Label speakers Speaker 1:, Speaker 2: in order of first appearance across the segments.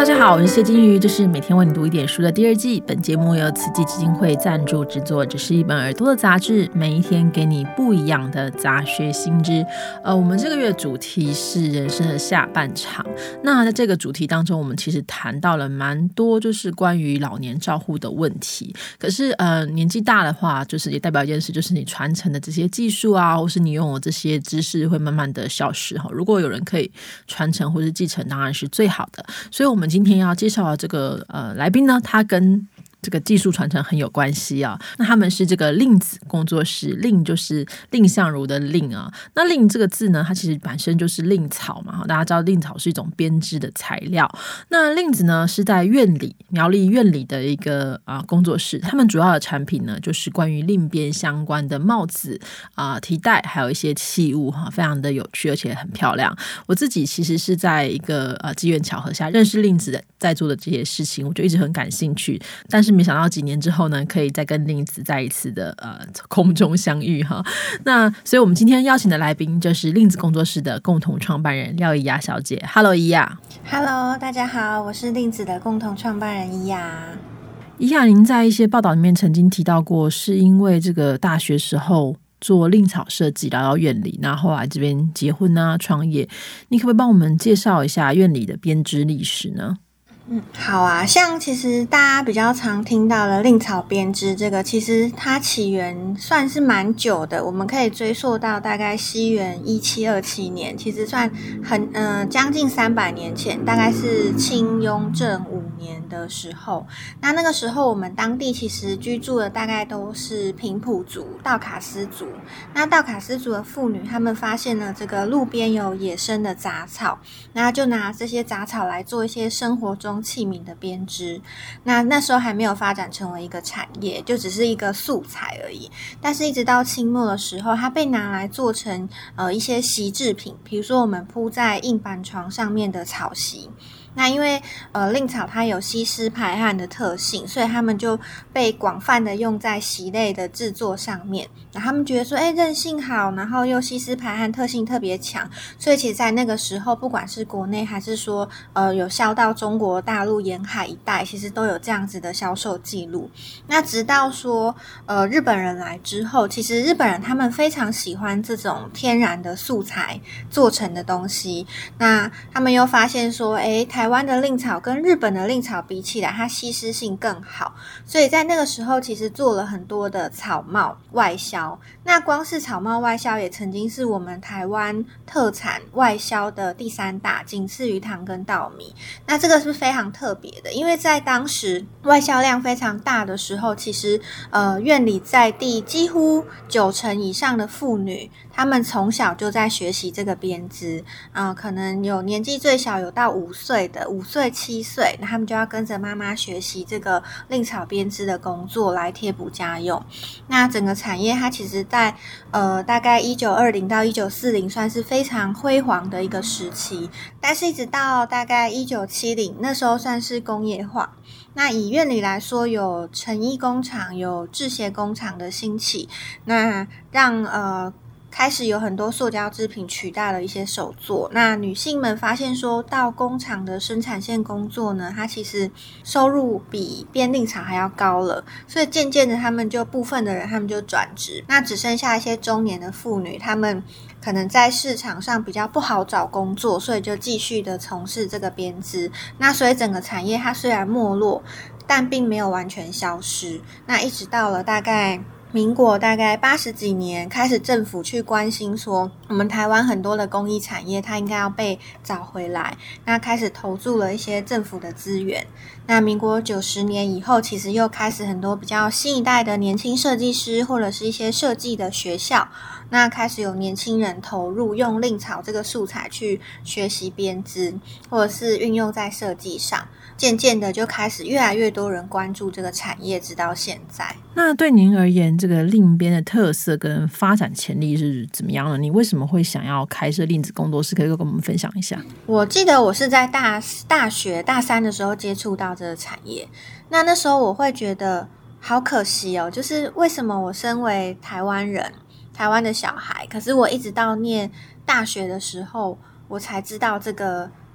Speaker 1: 家好，我是谢金鱼，这是每天为你读一点书的第二季。本节目由慈济基金会赞助制作，只是一本耳朵的杂志，每一天给你不一样的杂学新知。我们这个月主题是人生的下半场。那在这个主题当中，我们其实谈到了蛮多，就是关于老年照护的问题。可是年纪大的话，就是也代表一件事，就是你传承的这些技术啊，或是你拥有这些知识会慢慢的消失。如果有人可以传承或是继承，当然是最好的。所以我们今天要介绍的这个来宾呢，他跟这个技术传承很有关系啊。那他们是这个令子工作室，令就是蔺相如的令啊。那令这个字呢，它其实本身就是蔺草嘛，大家知道蔺草是一种编织的材料。那令子呢是在苗栗院里的一个工作室，他们主要的产品呢就是关于令编相关的帽子提袋，还有一些器物非常的有趣，而且很漂亮。我自己其实是在一个机缘巧合下认识令子在做的这些事情，我就一直很感兴趣，但是没想到几年之后呢，可以再跟令子再一次的空中相遇哈。那所以我们今天邀请的来宾就是令子工作室的共同创办人廖宜雅小姐。 Hello 宜雅。
Speaker 2: Hello 大家好，我是令子的共同创办人宜雅。
Speaker 1: 宜雅，您在一些报道里面曾经提到过，是因为这个大学时候做蔺草设计来到院里，然后后来这边结婚创业，你可不可以帮我们介绍一下院里的编织历史呢？
Speaker 2: 好啊，像其实大家比较常听到的蔺草编织这个，其实它起源算是蛮久的，我们可以追溯到大概西元1727年，其实算很将近300年前，大概是清雍正5年的时候。那个时候我们当地其实居住的大概都是平埔族、道卡斯族。那道卡斯族的妇女，她们发现了这个路边有野生的杂草，那就拿这些杂草来做一些生活中器皿的编织。那时候还没有发展成为一个产业，就只是一个素材而已。但是一直到清末的时候，它被拿来做成一些席制品，比如说我们铺在硬板床上面的草席。那因为蔺草它有吸湿排汗的特性，所以他们就被广泛的用在席类的制作上面。然后他们觉得说韧性好，然后又吸湿排汗特性特别强，所以其实在那个时候不管是国内还是说有销到中国大陆沿海一带，其实都有这样子的销售记录。那直到说日本人来之后，其实日本人他们非常喜欢这种天然的素材做成的东西。那他们又发现说台湾的蔺草跟日本的蔺草比起来，它吸湿性更好，所以在那个时候其实做了很多的草帽外销。那光是草帽外销也曾经是我们台湾特产外销的第3大，仅次于糖跟稻米。那这个是非常特别的，因为在当时外销量非常大的时候，其实院里在地几乎90%以上的妇女，她们从小就在学习这个编织可能有年纪最小有到5岁的，5岁7岁，那他们就要跟着妈妈学习这个蔺草编织的工作来贴补家用。那整个产业它其实在大概1920到1940算是非常辉煌的一个时期，但是一直到大概1970，那时候算是工业化。那以院里来说，有成衣工厂、有制鞋工厂的兴起，那让开始有很多塑胶制品取代了一些手作。那女性们发现说到工厂的生产线工作呢，它其实收入比编蔺草还要高了，所以渐渐的部分的人他们就转职，那只剩下一些中年的妇女，他们可能在市场上比较不好找工作，所以就继续的从事这个编织。那所以整个产业它虽然没落，但并没有完全消失。那一直到了大概民国大概80几年，开始政府去关心说我们台湾很多的工艺产业它应该要被找回来，那开始投注了一些政府的资源。那民国90年以后，其实又开始很多比较新一代的年轻设计师或者是一些设计的学校，那开始有年轻人投入用蔺草这个素材去学习编织，或者是运用在设计上，渐渐的就开始越来越多人关注这个产业，直到现在。
Speaker 1: 那对您而言，这个蔺编的特色跟发展潜力是怎么样的？你为什么会想要开设蔺子工作室？可以跟我们分享一下？
Speaker 2: 我记得我是在大学大3的时候接触到这个产业，那时候我会觉得好可惜哦，就是为什么我身为台湾人，台湾的小孩，可是我一直到念大学的时候，我才知道这个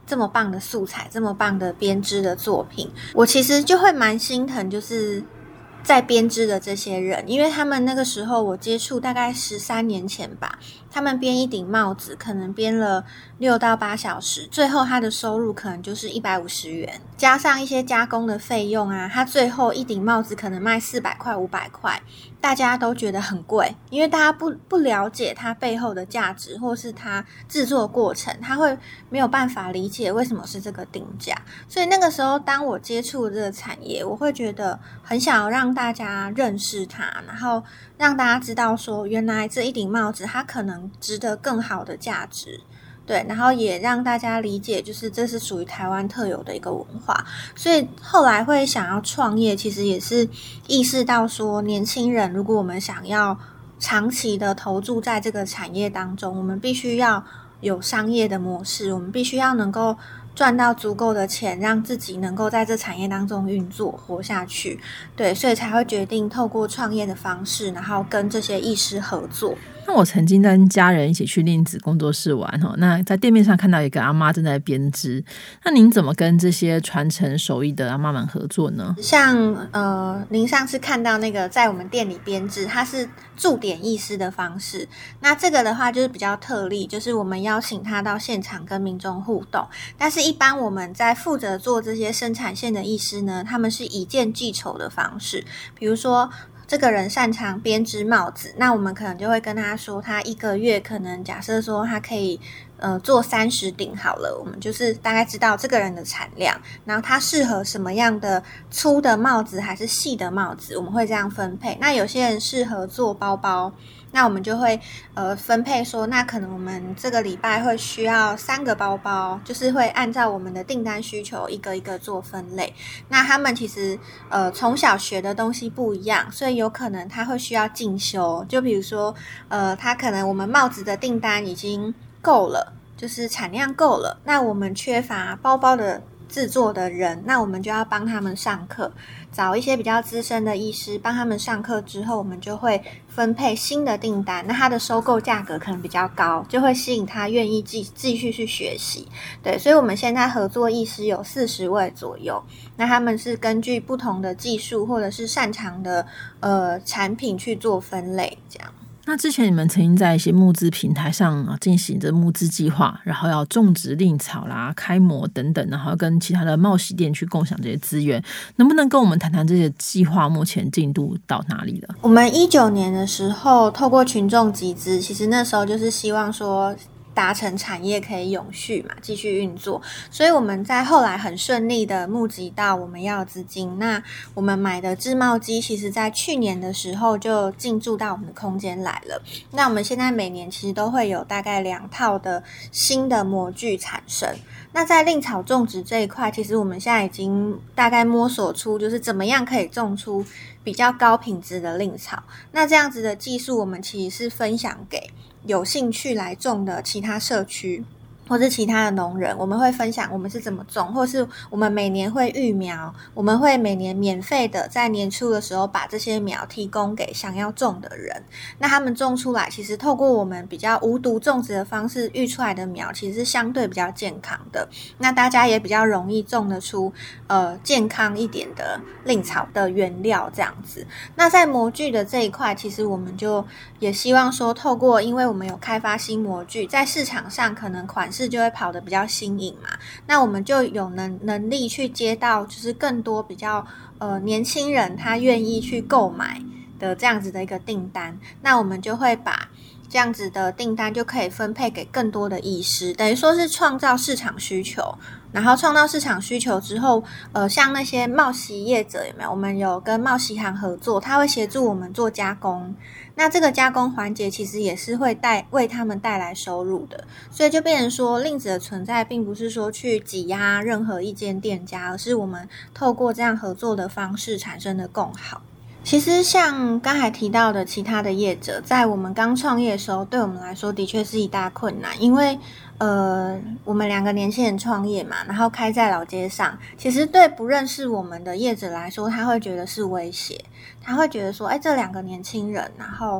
Speaker 2: 这么棒的素材，这么棒的编织的作品，我其实就会蛮心疼，就是在编织的这些人，因为他们那个时候我接触大概13年前吧，他们编一顶帽子可能编了6到8小时，最后他的收入可能就是150元，加上一些加工的费用啊，他最后一顶帽子可能卖400块500块，大家都觉得很贵，因为大家不了解它背后的价值或是它制作过程，他会没有办法理解为什么是这个定价。所以那个时候当我接触这个产业，我会觉得很想要让大家认识它，然后让大家知道说原来这一顶帽子它可能值得更好的价值，对，然后也让大家理解就是这是属于台湾特有的一个文化。所以后来会想要创业，其实也是意识到说年轻人如果我们想要长期的投注在这个产业当中，我们必须要有商业的模式，我们必须要能够赚到足够的钱，让自己能够在这产业当中运作活下去。对，所以才会决定透过创业的方式，然后跟这些艺师合作。
Speaker 1: 那我曾经跟家人一起去令子工作室玩，那在店面上看到一个阿妈正在编织，那您怎么跟这些传承手艺的阿妈们合作呢？
Speaker 2: 像您上次看到那个在我们店里编织，它是驻点艺师的方式，那这个的话就是比较特例，就是我们邀请他到现场跟民众互动。但是一般我们在负责做这些生产线的艺师呢，他们是以件计酬的方式，比如说这个人擅长编织帽子，那我们可能就会跟他说他一个月可能假设说他可以做30顶好了，我们就是大概知道这个人的产量，然后他适合什么样的粗的帽子还是细的帽子，我们会这样分配。那有些人适合做包包，那我们就会分配说，那可能我们这个礼拜会需要3个包包，就是会按照我们的订单需求一个一个做分类。那他们其实从小学的东西不一样，所以有可能他会需要进修，就比如说他可能我们帽子的订单已经够了，就是产量够了，那我们缺乏包包的制作的人，那我们就要帮他们上课，找一些比较资深的医师帮他们上课之后，我们就会分配新的订单，那他的收购价格可能比较高，就会吸引他愿意继续去学习。对，所以我们现在合作医师有40位左右，那他们是根据不同的技术或者是擅长的产品去做分类这样。
Speaker 1: 那之前你们曾经在一些募资平台上进行着募资计划，然后要种植令草啦、开模等等，然后跟其他的帽系店去共享这些资源，能不能跟我们谈谈这些计划目前进度到哪里了？
Speaker 2: 我们19年的时候透过群众集资，其实那时候就是希望说达成产业可以永续嘛，继续运作，所以我们在后来很顺利的募集到我们要的资金。那我们买的制帽机其实在去年的时候就进驻到我们的空间来了，那我们现在每年其实都会有大概2套的新的模具产生。那在令草种植这一块，其实我们现在已经大概摸索出就是怎么样可以种出比较高品质的令草。那这样子的技术我们其实是分享给有兴趣来种的其他社区或是其他的农人，我们会分享我们是怎么种，或是我们每年会育苗，我们会每年免费的在年初的时候把这些苗提供给想要种的人。那他们种出来，其实透过我们比较无毒种植的方式育出来的苗，其实是相对比较健康的。那大家也比较容易种得出健康一点的令草的原料这样子。那在模具的这一块，其实我们就也希望说，透过因为我们有开发新模具，在市场上可能款式就会跑得比较新颖嘛，那我们就有能力去接到就是更多比较年轻人他愿意去购买的这样子的一个订单，那我们就会把这样子的订单就可以分配给更多的医师，等于说是创造市场需求。然后创造市场需求之后，像那些帽席业者有没有？我们有跟帽席行合作，他会协助我们做加工。那这个加工环节其实也是会为他们带来收入的，所以就变成说，令子的存在并不是说去挤压任何一间店家，而是我们透过这样合作的方式产生的共好。其实像刚才提到的其他的业者，在我们刚创业的时候，对我们来说的确是一大困难，因为我们2个年轻人创业嘛，然后开在老街上，其实对不认识我们的业者来说，他会觉得是威胁，他会觉得说，这2个年轻人，然后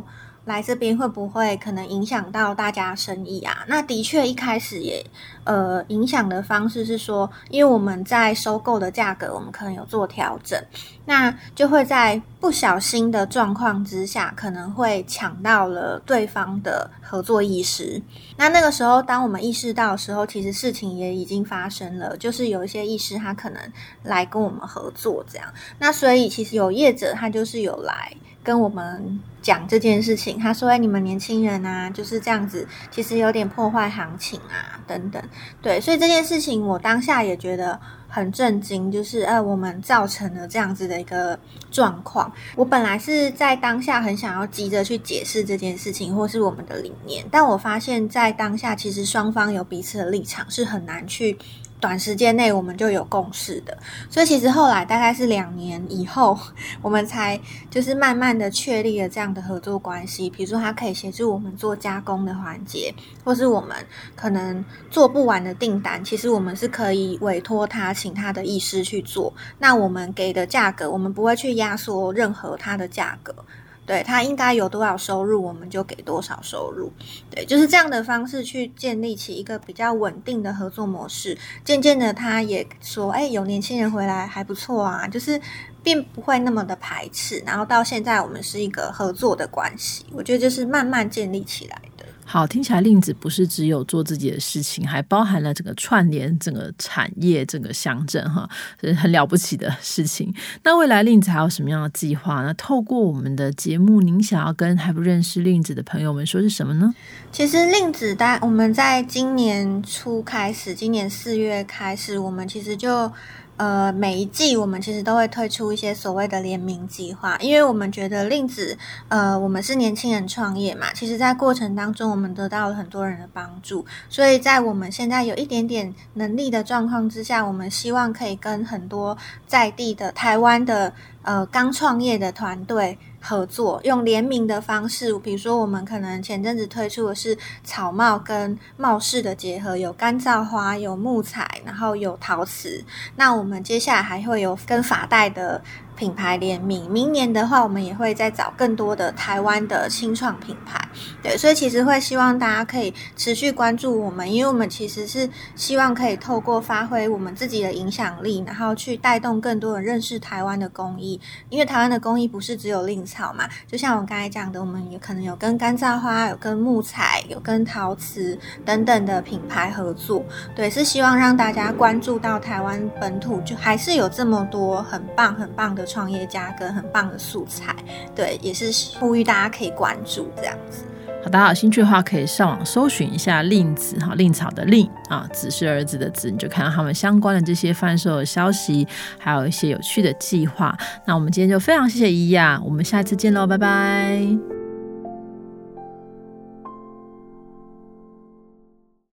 Speaker 2: 来这边会不会可能影响到大家生意啊？那的确一开始也影响的方式是说，因为我们在收购的价格我们可能有做调整，那就会在不小心的状况之下可能会抢到了对方的合作医师。那个时候当我们意识到的时候，其实事情也已经发生了，就是有一些医师他可能来跟我们合作这样。那所以其实有业者他就是有来跟我们讲这件事情，他说你们年轻人啊就是这样子，其实有点破坏行情啊等等。对，所以这件事情我当下也觉得很震惊，就是我们造成了这样子的一个状况。我本来是在当下很想要急着去解释这件事情或是我们的理念，但我发现在当下其实双方有彼此的立场，是很难去短时间内我们就有共识的。所以其实后来大概是2年以后，我们才就是慢慢的确立了这样的合作关系。比如说他可以协助我们做加工的环节，或是我们可能做不完的订单，其实我们是可以委托他请他的医师去做，那我们给的价格我们不会去压缩任何他的价格，对，他应该有多少收入我们就给多少收入。对，就是这样的方式去建立起一个比较稳定的合作模式。渐渐的他也说有年轻人回来还不错啊，就是并不会那么的排斥，然后到现在我们是一个合作的关系，我觉得就是慢慢建立起来的。
Speaker 1: 好，听起来令子不是只有做自己的事情，还包含了整个串联整个产业整个乡镇哈，是很了不起的事情。那未来令子还有什么样的计划？那透过我们的节目，您想要跟还不认识令子的朋友们说是什么呢？
Speaker 2: 其实令子我们在今年初开始，今年4月开始，我们其实就每一季我们其实都会推出一些所谓的联名计划，因为我们觉得令子我们是年轻人创业嘛，其实在过程当中我们得到了很多人的帮助，所以在我们现在有一点点能力的状况之下，我们希望可以跟很多在地的台湾的刚创业的团队合作，用联名的方式，比如说我们可能前阵子推出的是草帽跟帽饰的结合，有干燥花，有木材，然后有陶瓷。那我们接下来还会有跟发带的品牌联名，明年的话我们也会再找更多的台湾的新创品牌。对，所以其实会希望大家可以持续关注我们，因为我们其实是希望可以透过发挥我们自己的影响力，然后去带动更多人认识台湾的工艺，因为台湾的工艺不是只有令草嘛，就像我刚才讲的，我们也可能有跟干燥花，有跟木材，有跟陶瓷等等的品牌合作。对，是希望让大家关注到台湾本土就还是有这么多很棒很棒的创业家跟很棒的素材。对，也是呼吁大家可以关注这样子。
Speaker 1: 好，大家有兴趣的话可以上网搜寻一下令子，令草的令啊，子是儿子的子，你就看到他们相关的这些贩售的消息，还有一些有趣的计划。那我们今天就非常谢谢宜雅，我们下一次见喽，拜拜。